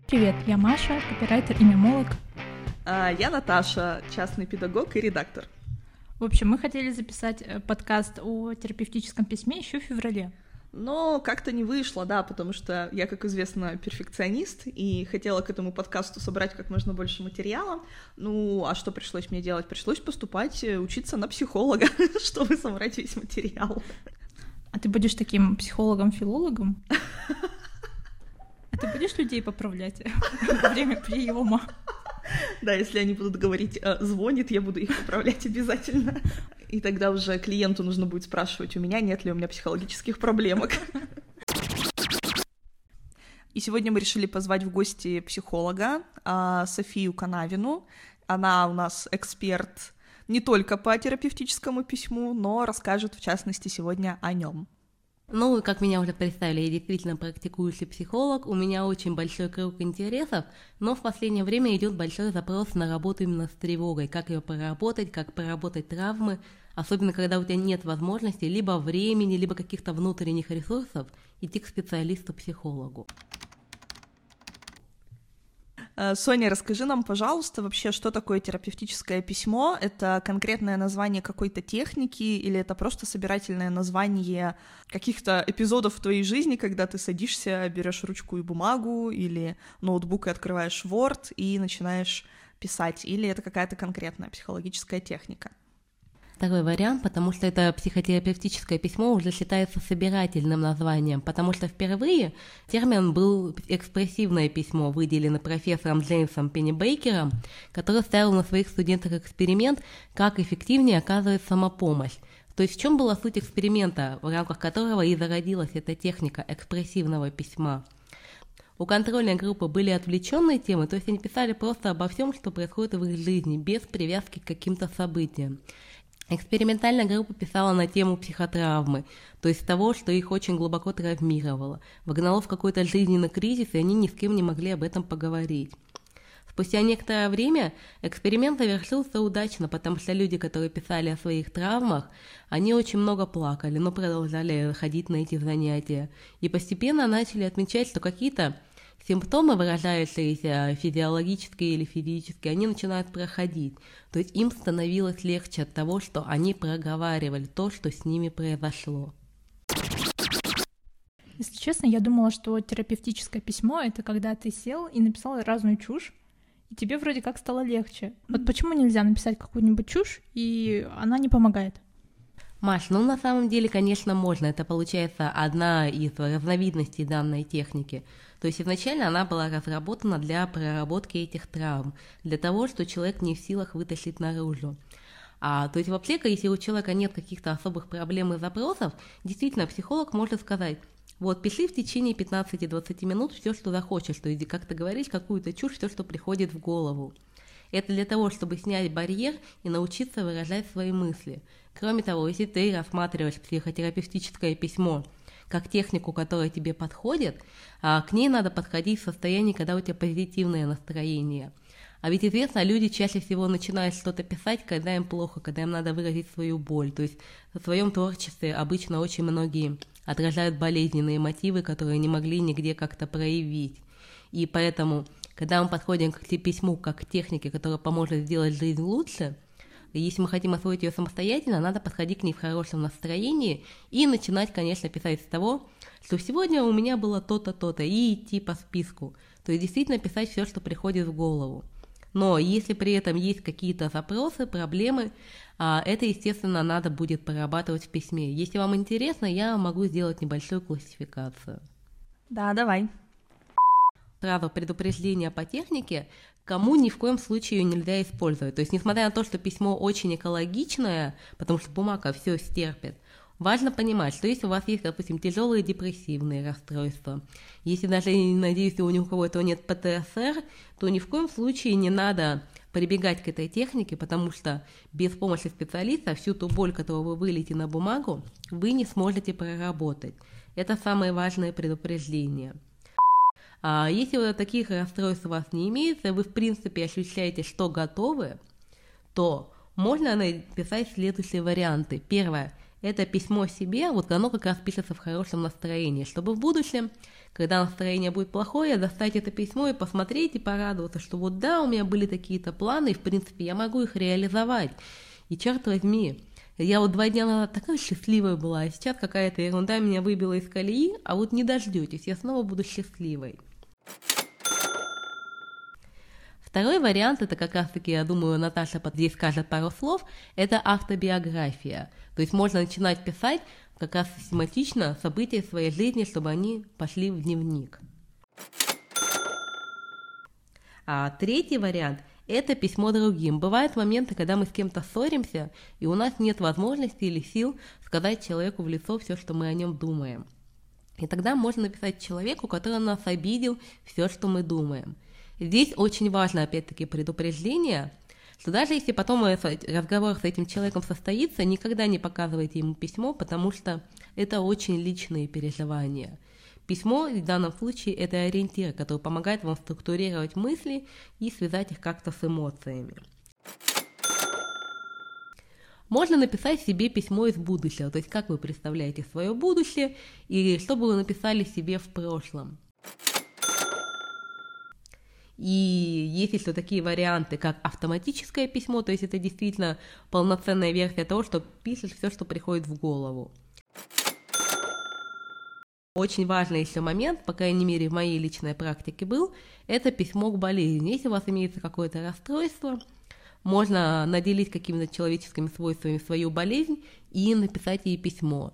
Привет, я Маша, копирайтер и мемолог. Я Наташа, частный педагог и редактор. В общем, мы хотели записать подкаст о терапевтическом письме еще в феврале. Но как-то не вышло, да, потому что я, как известно, перфекционист, и хотела к этому подкасту собрать как можно больше материала. Ну, а что пришлось мне делать? Пришлось поступать, учиться на психолога, чтобы собрать весь материал. А ты будешь таким психологом-филологом? А ты будешь людей поправлять во время приема? Да, если они будут говорить «звонит», я буду их поправлять обязательно. И тогда уже клиенту нужно будет спрашивать у меня, нет ли у меня психологических проблемок. И сегодня мы решили позвать в гости психолога Софию Канавину. Она у нас эксперт не только по терапевтическому письму, но расскажет, в частности, сегодня о нем. Ну, как меня уже представили, я действительно практикующий психолог, у меня очень большой круг интересов, но в последнее время идет большой запрос на работу именно с тревогой, как ее проработать, как проработать травмы, особенно когда у тебя нет возможности либо времени, либо каких-то внутренних ресурсов идти к специалисту-психологу. Соня, расскажи нам, пожалуйста, вообще, что такое терапевтическое письмо? Это конкретное название какой-то техники или это просто собирательное название каких-то эпизодов в твоей жизни, когда ты садишься, берешь ручку и бумагу или ноутбук и открываешь Word и начинаешь писать? Или это какая-то конкретная психологическая техника? Второй вариант, потому что это психотерапевтическое письмо уже считается собирательным названием, потому что впервые термин был экспрессивное письмо, выделено профессором Джеймсом Пеннибейкером, который ставил на своих студентах эксперимент, как эффективнее оказывает самопомощь. То есть в чем была суть эксперимента, в рамках которого и зародилась эта техника экспрессивного письма? У контрольной группы были отвлеченные темы, то есть они писали просто обо всем, что происходит в их жизни, без привязки к каким-то событиям. Экспериментальная группа писала на тему психотравмы, то есть того, что их очень глубоко травмировало, вогнало в какой-то жизненный кризис, и они ни с кем не могли об этом поговорить. Спустя некоторое время эксперимент завершился удачно, потому что люди, которые писали о своих травмах, они очень много плакали, но продолжали ходить на эти занятия. И постепенно начали отмечать, что какие-то симптомы, выражающиеся физиологически или физически, они начинают проходить. То есть им становилось легче от того, что они проговаривали то, что с ними произошло. Если честно, я думала, что терапевтическое письмо — это когда ты сел и написал разную чушь, и тебе вроде как стало легче. Вот почему нельзя написать какую-нибудь чушь, и она не помогает? Маш, ну на самом деле, конечно, можно. Это получается одна из разновидностей данной техники. То есть изначально она была разработана для проработки этих травм, для того, что человек не в силах вытащить наружу. То есть вообще, если у человека нет каких-то особых проблем и запросов, действительно психолог может сказать: вот, пиши в течение 15-20 минут все, что захочешь, то есть, как ты говоришь, какую-то чушь, все, что приходит в голову. Это для того, чтобы снять барьер и научиться выражать свои мысли. Кроме того, если ты рассматриваешь психотерапевтическое письмо как технику, которая тебе подходит, к ней надо подходить в состоянии, когда у тебя позитивное настроение. А ведь известно, люди чаще всего начинают что-то писать, когда им плохо, когда им надо выразить свою боль. То есть в своем творчестве обычно очень многие отражают болезненные мотивы, которые не могли нигде как-то проявить. И поэтому, когда мы подходим к письму как к технике, которая поможет сделать жизнь лучше, если мы хотим освоить ее самостоятельно, надо подходить к ней в хорошем настроении и начинать, конечно, писать с того, что сегодня у меня было то-то, то-то, и идти по списку. То есть действительно писать все, что приходит в голову. Но если при этом есть какие-то запросы, проблемы, это, естественно, надо будет прорабатывать в письме. Если вам интересно, я могу сделать небольшую классификацию. Да, давай. Сразу предупреждение по технике, кому ни в коем случае ее нельзя использовать. То есть, несмотря на то, что письмо очень экологичное, потому что бумага все стерпит, важно понимать, что если у вас есть, допустим, тяжелые депрессивные расстройства, если даже, надеюсь, у кого этого нет ПТСР, то ни в коем случае не надо прибегать к этой технике, потому что без помощи специалиста всю ту боль, которую вы выльете на бумагу, вы не сможете проработать. Это самое важное предупреждение. Если вот таких расстройств у вас не имеется, вы в принципе ощущаете, что готовы, то можно написать следующие варианты. Первое – Это письмо себе, вот оно как раз пишется в хорошем настроении, чтобы в будущем, когда настроение будет плохое, достать это письмо и посмотреть и порадоваться, что вот да, у меня были такие-то планы, и в принципе я могу их реализовать. И черт возьми, я вот 2 дня назад такая счастливая была, а сейчас какая-то ерунда меня выбила из колеи, а вот не дождетесь, я снова буду счастливой. Второй вариант, это как раз-таки, я думаю, Наташа здесь скажет пару слов, это автобиография. То есть можно начинать писать как раз систематично события своей жизни, чтобы они пошли в дневник. А третий вариант – это письмо другим. Бывают моменты, когда мы с кем-то ссоримся, и у нас нет возможности или сил сказать человеку в лицо все, что мы о нем думаем. И тогда можно написать человеку, который нас обидел, все, что мы думаем. Здесь очень важно, опять-таки, предупреждение, что даже если потом разговор с этим человеком состоится, никогда не показывайте ему письмо, потому что это очень личные переживания. Письмо в данном случае это ориентир, который помогает вам структурировать мысли и связать их как-то с эмоциями. Можно написать себе письмо из будущего, то есть как вы представляете свое будущее или что бы вы написали себе в прошлом. И есть еще такие варианты, как автоматическое письмо, то есть это действительно полноценная версия того, что пишешь все, что приходит в голову. Очень важный еще момент, по крайней мере в моей личной практике был, это письмо к болезни. Если у вас имеется какое-то расстройство, можно наделить какими-то человеческими свойствами свою болезнь и написать ей письмо.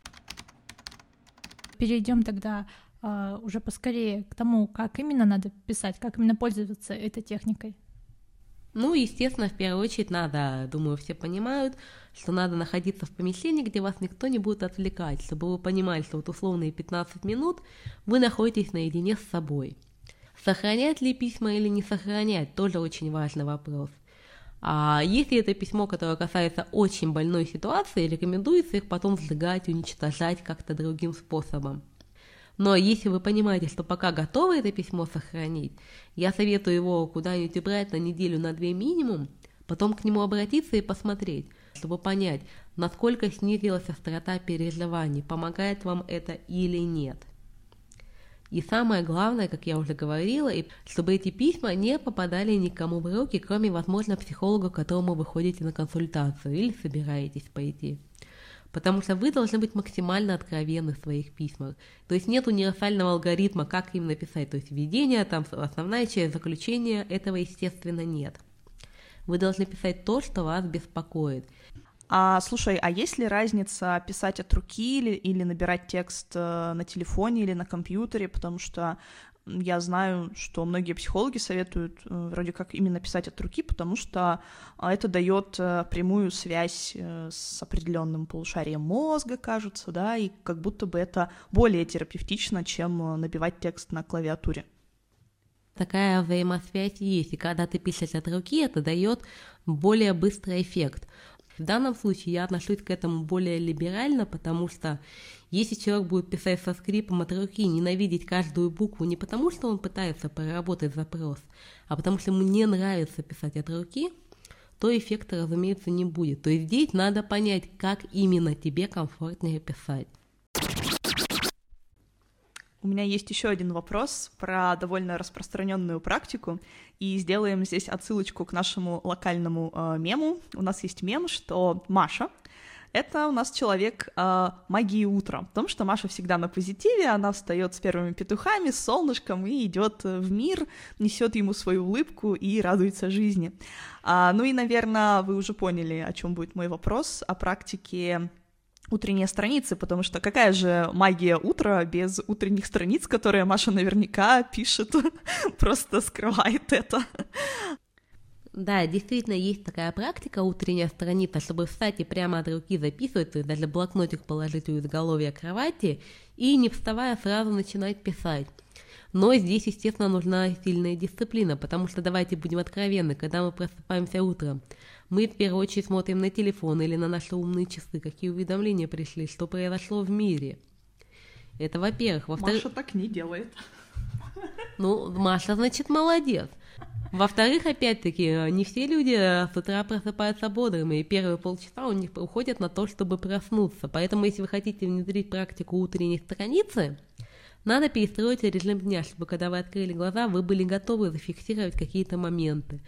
Перейдем тогда уже поскорее к тому, как именно надо писать, как именно пользоваться этой техникой. Ну, естественно, в первую очередь надо, думаю, все понимают, что надо находиться в помещении, где вас никто не будет отвлекать, чтобы вы понимали, что вот условные 15 минут вы находитесь наедине с собой. Сохранять ли письма или не сохранять, тоже очень важный вопрос. А если это письмо, которое касается очень больной ситуации, рекомендуется их потом сжигать, уничтожать как-то другим способом. Но если вы понимаете, что пока готовы это письмо сохранить, я советую его куда-нибудь убрать на неделю, на 2 минимум, потом к нему обратиться и посмотреть, чтобы понять, насколько снизилась острота переживаний, помогает вам это или нет. И самое главное, как я уже говорила, чтобы эти письма не попадали никому в руки, кроме, возможно, психолога, к которому вы ходите на консультацию или собираетесь пойти. Потому что вы должны быть максимально откровенны в своих письмах. То есть нет универсального алгоритма, как им написать. То есть введение, там основная часть, заключение, этого, естественно, нет. Вы должны писать то, что вас беспокоит. Слушай, а есть ли разница писать от руки или набирать текст на телефоне или на компьютере? Потому что я знаю, что многие психологи советуют вроде как именно писать от руки, потому что это дает прямую связь с определенным полушарием мозга, кажется, да, и как будто бы это более терапевтично, чем набивать текст на клавиатуре. Такая взаимосвязь есть, и когда ты пишешь от руки, это дает более быстрый эффект. В данном случае я отношусь к этому более либерально, потому что если человек будет писать со скрипом от руки, ненавидеть каждую букву не потому, что он пытается проработать запрос, а потому что ему не нравится писать от руки, то эффекта, разумеется, не будет. То есть здесь надо понять, как именно тебе комфортнее писать. У меня есть еще один вопрос про довольно распространенную практику, и сделаем здесь отсылочку к нашему локальному мему. У нас есть мем, что Маша — это у нас человек магии утра, потому что Маша всегда на позитиве, она встает с первыми петухами, с солнышком и идет в мир, несет ему свою улыбку и радуется жизни. Ну и, наверное, вы уже поняли, о чем будет мой вопрос, о практике утренние страницы, потому что какая же магия утра без утренних страниц, которые Маша наверняка пишет, просто скрывает это. Да, действительно есть такая практика, утренняя страница, чтобы встать и прямо от руки записывать, то есть даже блокнотик положить у изголовья кровати и, не вставая, сразу начинать писать. Но здесь, естественно, нужна сильная дисциплина, потому что, давайте будем откровенны, когда мы просыпаемся утром, мы в первую очередь смотрим на телефон или на наши умные часы, какие уведомления пришли, что произошло в мире. Это во-первых. Во-вторых... Маша так не делает. Ну, Маша, значит, молодец. Во-вторых, опять-таки, не все люди с утра просыпаются бодрыми, и первые полчаса у них уходят на то, чтобы проснуться. Поэтому, если вы хотите внедрить практику утренней страницы, надо перестроить режим дня, чтобы когда вы открыли глаза, вы были готовы зафиксировать какие-то моменты.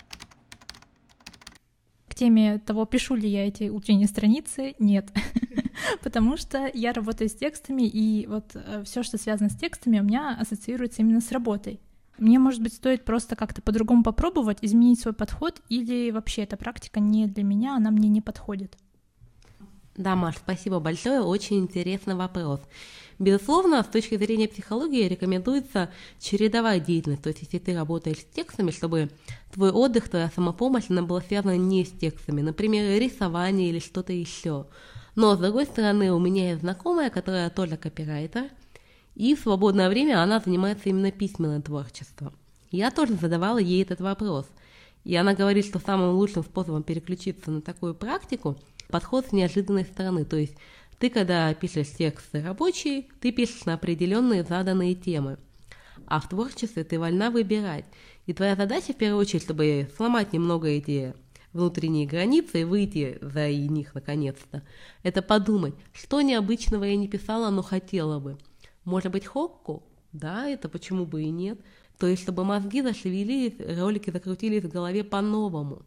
К теме того, пишу ли я эти утренние страницы, нет. Потому что я работаю с текстами, и вот все, что связано с текстами, у меня ассоциируется именно с работой. Мне, может быть, стоит просто как-то по-другому попробовать, изменить свой подход, или вообще эта практика не для меня, она мне не подходит? Да, Маш, спасибо большое, очень интересный вопрос. Безусловно, с точки зрения психологии рекомендуется чередовать деятельность, то есть если ты работаешь с текстами, чтобы твой отдых, твоя самопомощь, она была связана не с текстами, например, рисование или что-то еще. Но, с другой стороны, у меня есть знакомая, которая тоже копирайтер, и в свободное время она занимается именно письменным творчеством. Я тоже задавала ей этот вопрос. И она говорит, что самым лучшим способом переключиться на такую практику – подход с неожиданной стороны. То есть ты, когда пишешь тексты рабочие, ты пишешь на определенные заданные темы. А в творчестве ты вольна выбирать. И твоя задача, в первую очередь, чтобы сломать немного эти внутренние границы и выйти за них наконец-то, это подумать, что необычного я не писала, но хотела бы. Может быть, хокку? Да, это почему бы и нет. То есть, чтобы мозги зашевелились, ролики закрутились в голове по-новому.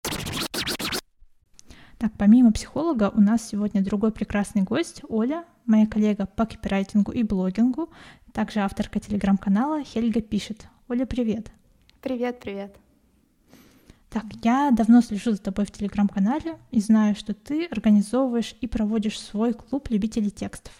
Так, помимо психолога, у нас сегодня другой прекрасный гость, Оля, моя коллега по копирайтингу и блогингу, также авторка телеграм-канала «Хельга пишет». Оля, привет. Привет. Так, я давно слежу за тобой в телеграм-канале и знаю, что ты организовываешь и проводишь свой клуб любителей текстов.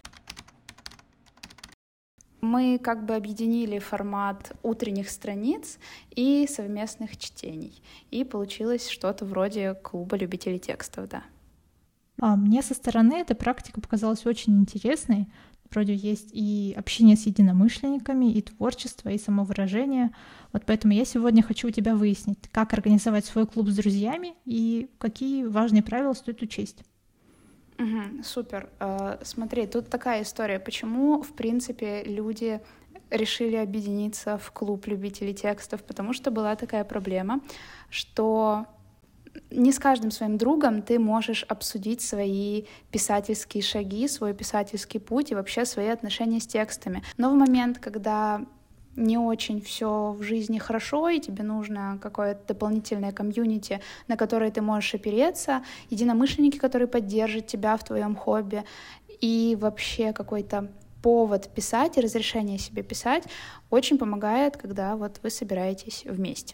Мы как бы объединили формат утренних страниц и совместных чтений. И получилось что-то вроде клуба любителей текстов, да. Мне со стороны эта практика показалась очень интересной. Вроде есть и общение с единомышленниками, и творчество, и самовыражение. Вот поэтому я сегодня хочу у тебя выяснить, как организовать свой клуб с друзьями и какие важные правила стоит учесть. Супер. Смотри, тут такая история. Почему, в принципе, люди решили объединиться в клуб любителей текстов? Потому что была такая проблема, что не с каждым своим другом ты можешь обсудить свои писательские шаги, свой писательский путь и вообще свои отношения с текстами. Но в момент, когда не очень все в жизни хорошо, и тебе нужно какое-то дополнительное комьюнити, на которое ты можешь опереться, единомышленники, которые поддержат тебя в твоем хобби, и вообще какой-то повод писать и разрешение себе писать очень помогает, когда вот вы собираетесь вместе.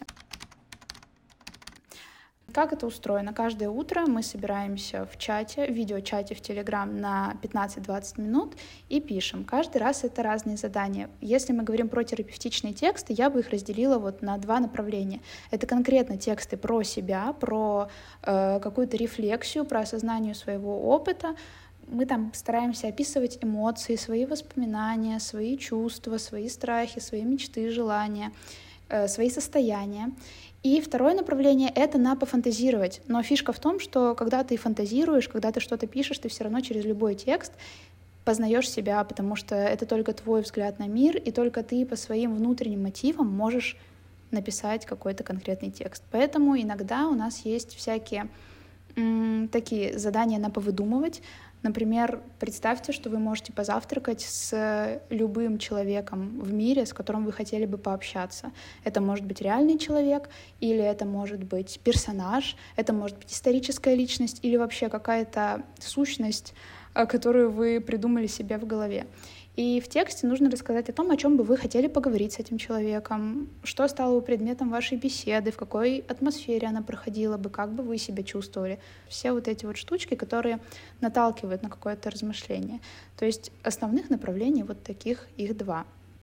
Как это устроено? Каждое утро мы собираемся в чате, в видеочате в Telegram на 15-20 минут и пишем. Каждый раз это разные задания. Если мы говорим про терапевтичные тексты, я бы их разделила вот на два направления. Это конкретно тексты про себя, про какую-то рефлексию, про осознание своего опыта. Мы там стараемся описывать эмоции, свои воспоминания, свои чувства, свои страхи, свои мечты, желания, свои состояния. И второе направление — это на пофантазировать. Но фишка в том, что когда ты фантазируешь, когда ты что-то пишешь, ты все равно через любой текст познаешь себя, потому что это только твой взгляд на мир, и только ты по своим внутренним мотивам можешь написать какой-то конкретный текст. Поэтому иногда у нас есть всякие такие задания на повыдумывать. Например, представьте, что вы можете позавтракать с любым человеком в мире, с которым вы хотели бы пообщаться. Это может быть реальный человек, или это может быть персонаж, это может быть историческая личность, или вообще какая-то сущность, которую вы придумали себе в голове. И в тексте нужно рассказать о том, о чем бы вы хотели поговорить с этим человеком, что стало предметом вашей беседы, в какой атмосфере она проходила бы, как бы вы себя чувствовали. Все вот эти вот штучки, которые наталкивают на какое-то размышление. То есть основных направлений вот таких их два.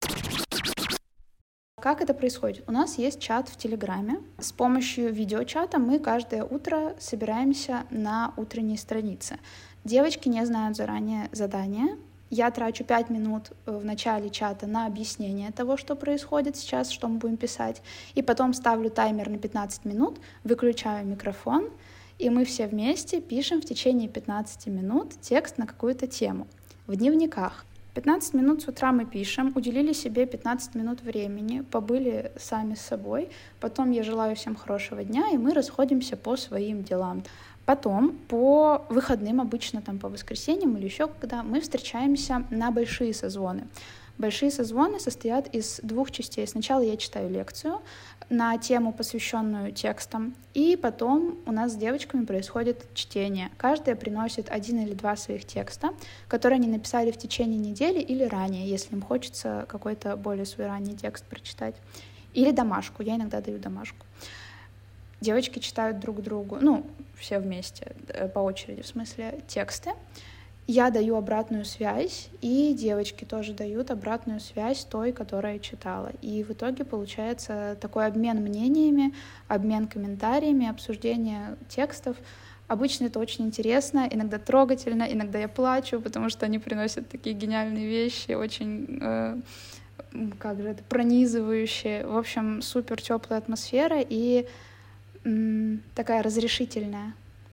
Как это происходит? У нас есть чат в Телеграме. С помощью видеочата мы каждое утро собираемся на утренней странице. Девочки не знают заранее задания. Я трачу 5 минут в начале чата на объяснение того, что происходит сейчас, что мы будем писать. И потом ставлю таймер на 15 минут, выключаю микрофон, и мы все вместе пишем в течение 15 минут текст на какую-то тему. В дневниках. 15 минут с утра мы пишем, уделили себе 15 минут времени, побыли сами с собой, потом я желаю всем хорошего дня, и мы расходимся по своим делам. Потом по выходным, обычно там по воскресеньям или еще когда, мы встречаемся на большие созвоны. Большие созвоны состоят из 2 частей. Сначала я читаю лекцию на тему, посвященную текстам, и потом у нас с девочками происходит чтение. Каждая приносит 1 или 2 своих текста, которые они написали в течение недели или ранее, если им хочется какой-то более свой ранний текст прочитать. Или домашку. Я иногда даю домашку. Девочки читают друг другу, все вместе, по очереди, в смысле, тексты. Я даю обратную связь, и девочки тоже дают обратную связь той, которая читала. И в итоге получается такой обмен мнениями, обмен комментариями, обсуждение текстов. Обычно это очень интересно, иногда трогательно, иногда я плачу, потому что они приносят такие гениальные вещи, очень, пронизывающие. В общем, супер теплая атмосфера и такая разрешительная.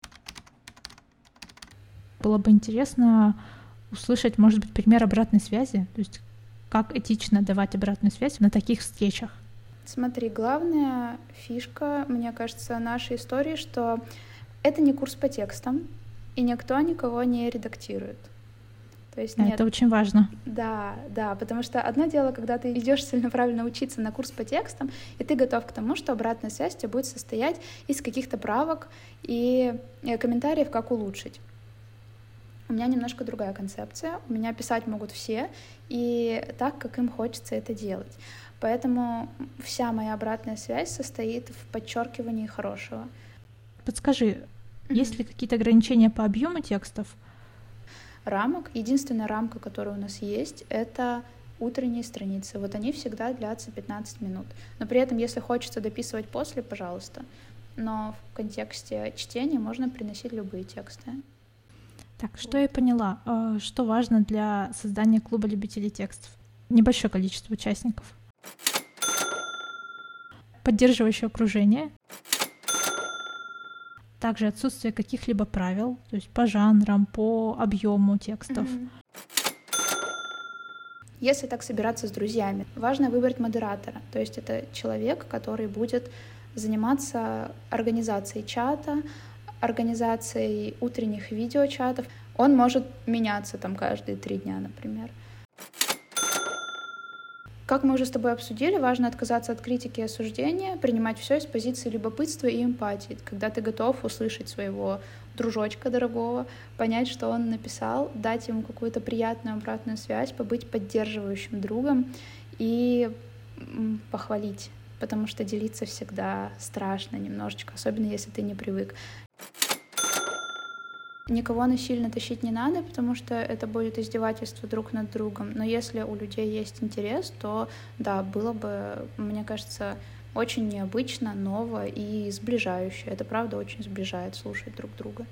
Было бы интересно услышать, может быть, пример обратной связи, то есть как этично давать обратную связь на таких встречах. Смотри, главная фишка, мне кажется, нашей истории, что это не курс по текстам, и никто никого не редактирует. То есть нет. Это очень важно. Да, потому что одно дело, когда ты идешь целенаправленно учиться на курс по текстам, и ты готов к тому, что обратная связь у тебя будет состоять из каких-то правок и комментариев, как улучшить. У меня немножко другая концепция. У меня писать могут все, и так, как им хочется это делать. Поэтому вся моя обратная связь состоит в подчеркивании хорошего. Подскажи, есть ли какие-то ограничения по объему текстов? Рамок. Единственная рамка, которая у нас есть, это утренние страницы. Вот они всегда длятся 15 минут. Но при этом, если хочется дописывать после, пожалуйста. Но в контексте чтения можно приносить любые тексты. Так, что я поняла? Что важно для создания клуба любителей текстов? Небольшое количество участников. Поддерживающее окружение. Также отсутствие каких-либо правил, то есть по жанрам, по объему текстов. Если так собираться с друзьями, важно выбрать модератора. То есть это человек, который будет заниматься организацией чата, организацией утренних видеочатов. Он может меняться там каждые 3 дня, например. Как мы уже с тобой обсудили, важно отказаться от критики и осуждения, принимать все из позиции любопытства и эмпатии, когда ты готов услышать своего дружочка дорогого, понять, что он написал, дать ему какую-то приятную обратную связь, побыть поддерживающим другом и похвалить, потому что делиться всегда страшно немножечко, особенно если ты не привык. Никого насильно тащить не надо, потому что это будет издевательство друг над другом. Но если у людей есть интерес, то да, было бы, мне кажется, очень необычно, ново и сближающе. Это правда очень сближает слушать друг друга.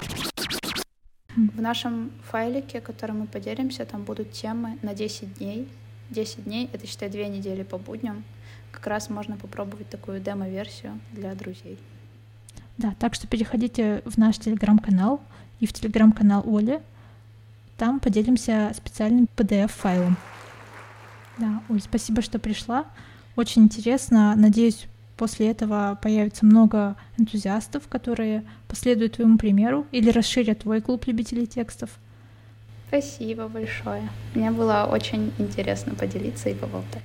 В нашем файлике, которым мы поделимся, там будут темы на 10 дней. 10 дней — это, считай, 2 недели по будням. Как раз можно попробовать такую демо-версию для друзей. Да, так что переходите в наш телеграм-канал и в телеграм-канал Оли. Там поделимся специальным PDF-файлом. Да, Оль, спасибо, что пришла. Очень интересно. Надеюсь, после этого появится много энтузиастов, которые последуют твоему примеру или расширят твой клуб любителей текстов. Спасибо большое. Мне было очень интересно поделиться и поболтать.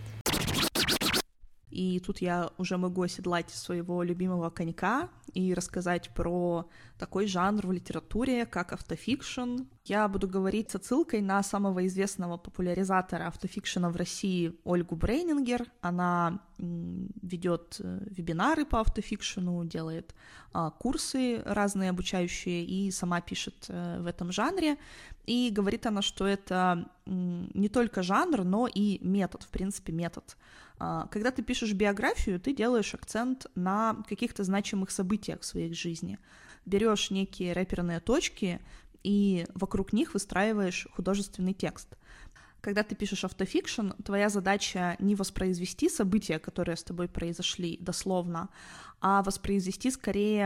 И тут я уже могу оседлать своего любимого конька и рассказать про такой жанр в литературе, как автофикшн. Я буду говорить с отсылкой на самого известного популяризатора автофикшена в России Ольгу Брейнингер. Она ведет вебинары по автофикшену, делает курсы разные обучающие и сама пишет в этом жанре. И говорит она, что это не только жанр, но и метод, в принципе, метод. Когда ты пишешь биографию, ты делаешь акцент на каких-то значимых событиях в своей жизни. Берешь некие рэперные точки и вокруг них выстраиваешь художественный текст. Когда ты пишешь автофикшн, твоя задача не воспроизвести события, которые с тобой произошли дословно, а воспроизвести скорее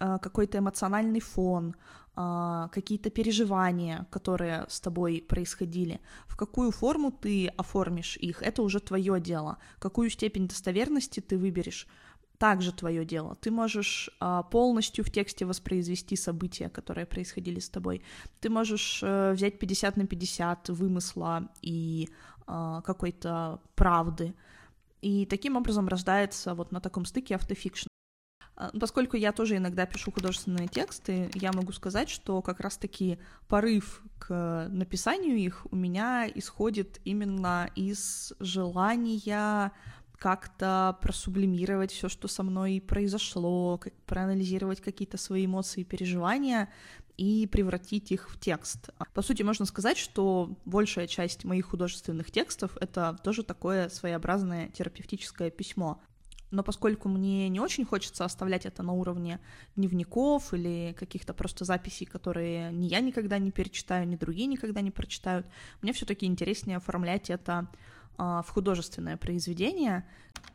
какой-то эмоциональный фон, какие-то переживания, которые с тобой происходили. В какую форму ты оформишь их, это уже твое дело. Какую степень достоверности ты выберешь, также твое дело. Ты можешь полностью в тексте воспроизвести события, которые происходили с тобой. Ты можешь взять 50/50 вымысла и какой-то правды. И таким образом рождается вот на таком стыке автофикшн. Поскольку я тоже иногда пишу художественные тексты, я могу сказать, что как раз-таки порыв к написанию их у меня исходит именно из желания как-то просублимировать все, что со мной произошло, проанализировать какие-то свои эмоции и переживания и превратить их в текст. По сути, можно сказать, что большая часть моих художественных текстов — это тоже такое своеобразное терапевтическое письмо. Но поскольку мне не очень хочется оставлять это на уровне дневников или каких-то просто записей, которые ни я никогда не перечитаю, ни другие никогда не прочитают, мне все-таки интереснее оформлять это в художественное произведение.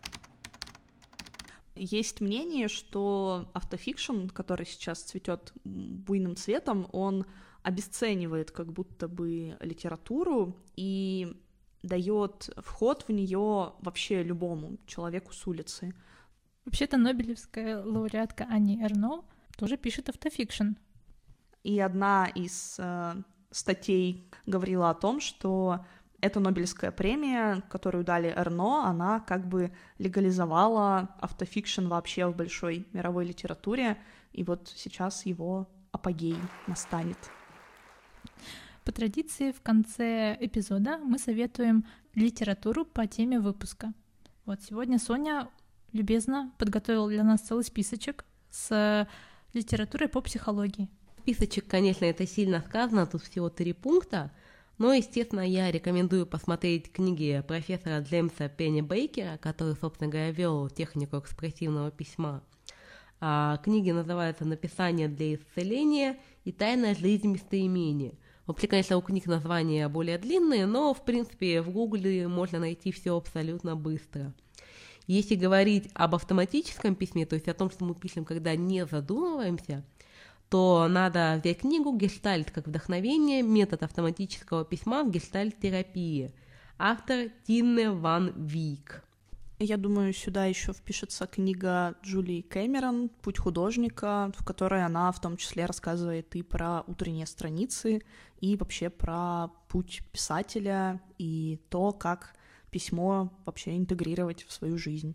Есть мнение, что автофикшн, который сейчас цветет буйным цветом, он обесценивает как будто бы литературу и дает вход в нее вообще любому человеку с улицы. Вообще-то нобелевская лауреатка Ани Эрно тоже пишет автофикшн. И одна из статей говорила о том, что эта Нобелевская премия, которую дали Эрно, она как бы легализовала автофикшн вообще в большой мировой литературе, и вот сейчас его апогей настанет. По традиции, в конце эпизода мы советуем литературу по теме выпуска. Вот сегодня Соня любезно подготовила для нас целый списочек с литературой по психологии. Списочек, конечно, это сильно сказано, тут всего 3 пункта, но, естественно, я рекомендую посмотреть книги профессора Джеймса Пеннибейкера, который, собственно говоря, вел технику экспрессивного письма. Книги называются «Написание для исцеления» и «Тайная жизнь местоимения». Вообще, конечно, у книг названия более длинные, но, в принципе, в Гугле можно найти все абсолютно быстро. Если говорить об автоматическом письме, то есть о том, что мы пишем, когда не задумываемся, то надо взять книгу «Гештальт как вдохновение. Метод автоматического письма в гештальт-терапии». Автор Тинне Ван Вик. Я думаю, сюда еще впишется книга Джулии Кэмерон «Путь художника», в которой она в том числе рассказывает и про утренние страницы, и вообще про путь писателя, и то, как письмо вообще интегрировать в свою жизнь.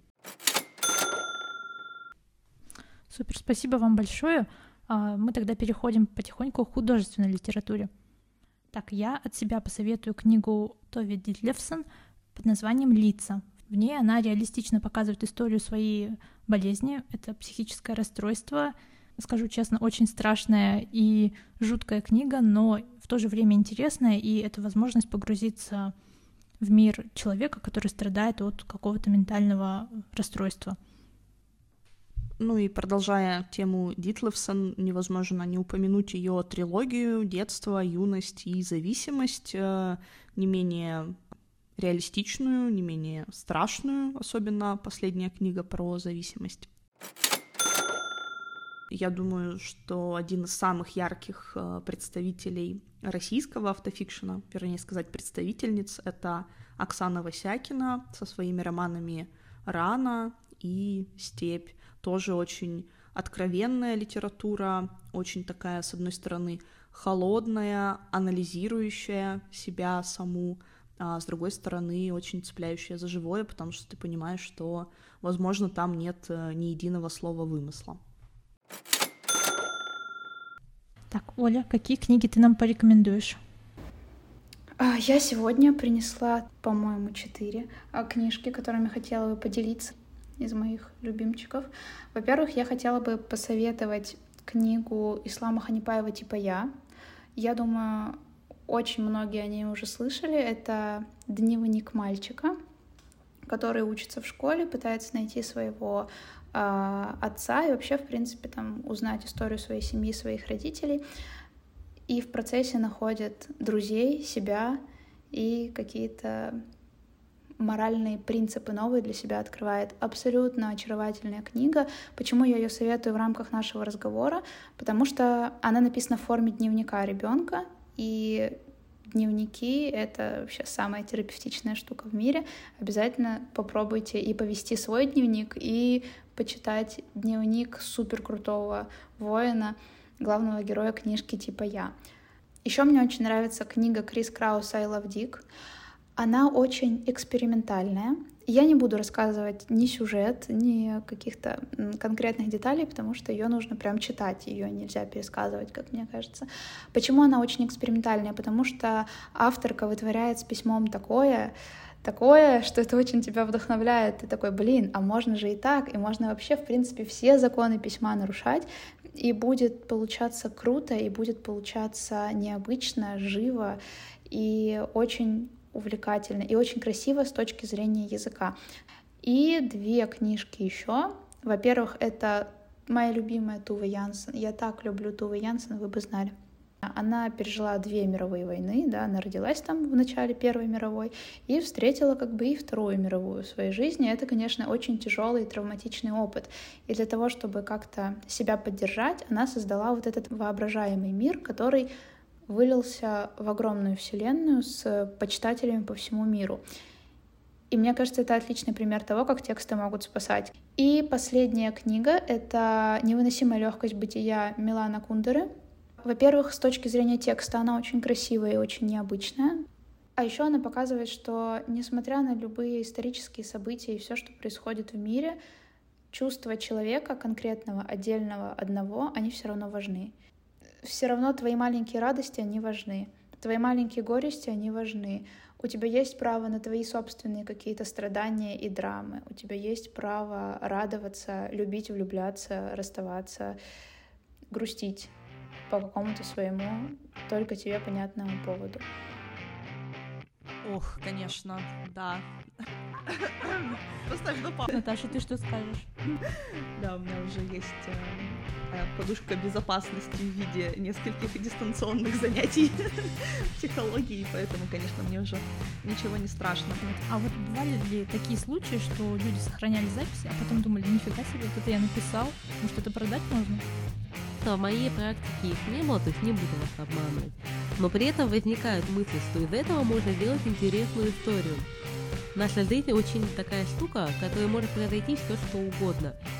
Супер, спасибо вам большое. Мы тогда переходим потихоньку к художественной литературе. Так, я от себя посоветую книгу Тови Дитлевсон под названием «Лица». В ней она реалистично показывает историю своей болезни. Это психическое расстройство. Скажу честно, очень страшная и жуткая книга, но в то же время интересная, и это возможность погрузиться в мир человека, который страдает от какого-то ментального расстройства. Ну и продолжая тему Дитлевсон, невозможно не упомянуть ее трилогию «Детство, юность и зависимость», не менее реалистичную, не менее страшную, особенно последняя книга про зависимость. Я думаю, что один из самых ярких представителей российского автофикшена, вернее сказать, представительниц, это Оксана Васякина со своими романами «Рана» и «Степь». Тоже очень откровенная литература, очень такая, с одной стороны, холодная, анализирующая себя саму, а с другой стороны, очень цепляющая за живое, потому что ты понимаешь, что, возможно, там нет ни единого слова вымысла. Так, Оля, какие книги ты нам порекомендуешь? Я сегодня принесла, по-моему, 4 книжки, которыми хотела бы поделиться из моих любимчиков. Во-первых, я хотела бы посоветовать книгу Ислама Ханипаева «Типа я». Я думаю, очень многие о ней уже слышали. Это дневник мальчика, который учится в школе, пытается найти своего отца и вообще, в принципе, там узнать историю своей семьи, своих родителей. И в процессе находит друзей, себя и какие-то моральные принципы новые для себя открывает. Абсолютно очаровательная книга. Почему я ее советую в рамках нашего разговора? Потому что она написана в форме дневника ребенка, и дневники — это вообще самая терапевтичная штука в мире. Обязательно попробуйте и повести свой дневник, и почитать дневник суперкрутого воина, главного героя книжки типа «Я». Еще мне очень нравится книга Крис Краус «I Love Dick». Она очень экспериментальная. Я не буду рассказывать ни сюжет, ни каких-то конкретных деталей, потому что ее нужно прям читать, ее нельзя пересказывать, как мне кажется. Почему она очень экспериментальная? Потому что авторка вытворяет с письмом такое, что это очень тебя вдохновляет. Ты такой, а можно же и так, и можно вообще, в принципе, все законы письма нарушать, и будет получаться круто, и будет получаться необычно, живо, и очень увлекательно, и очень красиво с точки зрения языка. И 2 книжки еще. Во-первых, это моя любимая Туве Янсен. Я так люблю Туве Янсен, вы бы знали. Она пережила 2 мировые войны, да, она родилась там в начале Первой мировой и встретила и Вторую мировую в своей жизни. Это, конечно, очень тяжелый и травматичный опыт. И для того, чтобы как-то себя поддержать, она создала вот этот воображаемый мир, который вылился в огромную вселенную с почитателями по всему миру. И мне кажется, это отличный пример того, как тексты могут спасать. И последняя книга — это «Невыносимая легкость бытия» Милана Кундеры. Во-первых, с точки зрения текста она очень красивая и очень необычная. А еще она показывает, что, несмотря на любые исторические события и все, что происходит в мире, чувства человека, конкретного, отдельного, одного, они все равно важны. Все равно твои маленькие радости, они важны. Твои маленькие горести, они важны. У тебя есть право на твои собственные какие-то страдания и драмы. У тебя есть право радоваться, любить, влюбляться, расставаться, грустить по какому-то своему, только тебе понятному поводу. Ох, конечно, да. Поставь на паузу. Наташа, ты что скажешь? Да, у меня уже есть подушка безопасности в виде нескольких дистанционных занятий психологии, поэтому, конечно, мне уже ничего не страшно. А вот бывали ли такие случаи, что люди сохраняли записи, а потом думали, нифига себе, вот это я написал, может, это продать можно? В моей практике их не было, то есть не буду вас обманывать. Но при этом возникает мысль, что из этого можно сделать интересную историю. Наша жизнь очень такая штука, которая может произойти все что угодно.